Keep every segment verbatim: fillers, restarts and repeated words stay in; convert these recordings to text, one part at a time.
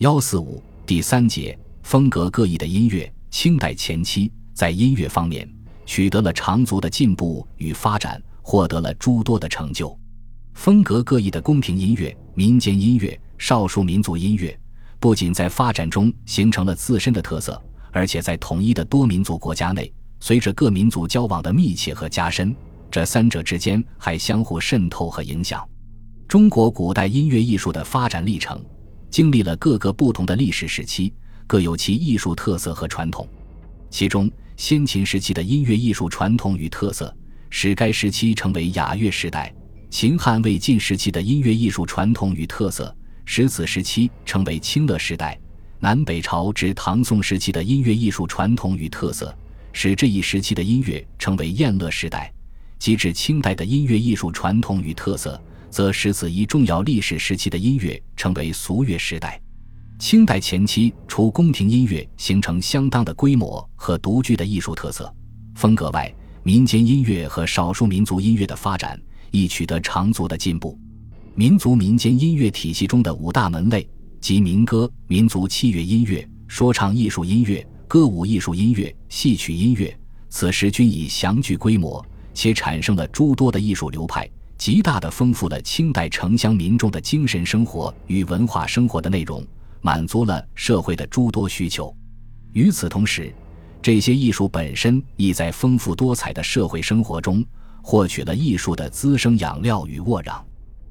一四五第三节风格各异的音乐。清代前期在音乐方面取得了长足的进步与发展，获得了诸多的成就。风格各异的宫廷音乐、民间音乐、少数民族音乐不仅在发展中形成了自身的特色，而且在统一的多民族国家内，随着各民族交往的密切和加深，这三者之间还相互渗透和影响。中国古代音乐艺术的发展历程经历了各个不同的历史时期，各有其艺术特色和传统。其中先秦时期的音乐艺术传统与特色使该时期成为雅乐时代，秦汉魏晋时期的音乐艺术传统与特色使此时期成为清乐时代，南北朝至唐宋时期的音乐艺术传统与特色使这一时期的音乐成为宴乐时代，及至清代的音乐艺术传统与特色则使此一重要历史时期的音乐成为俗乐时代。清代前期除宫廷音乐形成相当的规模和独具的艺术特色风格外，民间音乐和少数民族音乐的发展亦取得长足的进步。民族民间音乐体系中的五大门类，即民歌、民族器乐音乐、说唱艺术音乐、歌舞艺术音乐、戏曲音乐，此时均已详具规模，且产生了诸多的艺术流派，极大地丰富了清代城乡民众的精神生活与文化生活的内容，满足了社会的诸多需求。与此同时，这些艺术本身亦在丰富多彩的社会生活中获取了艺术的滋生养料与沃壤。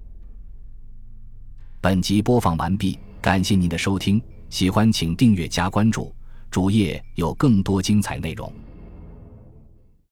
本集播放完毕，感谢您的收听，喜欢请订阅加关注，主页有更多精彩内容。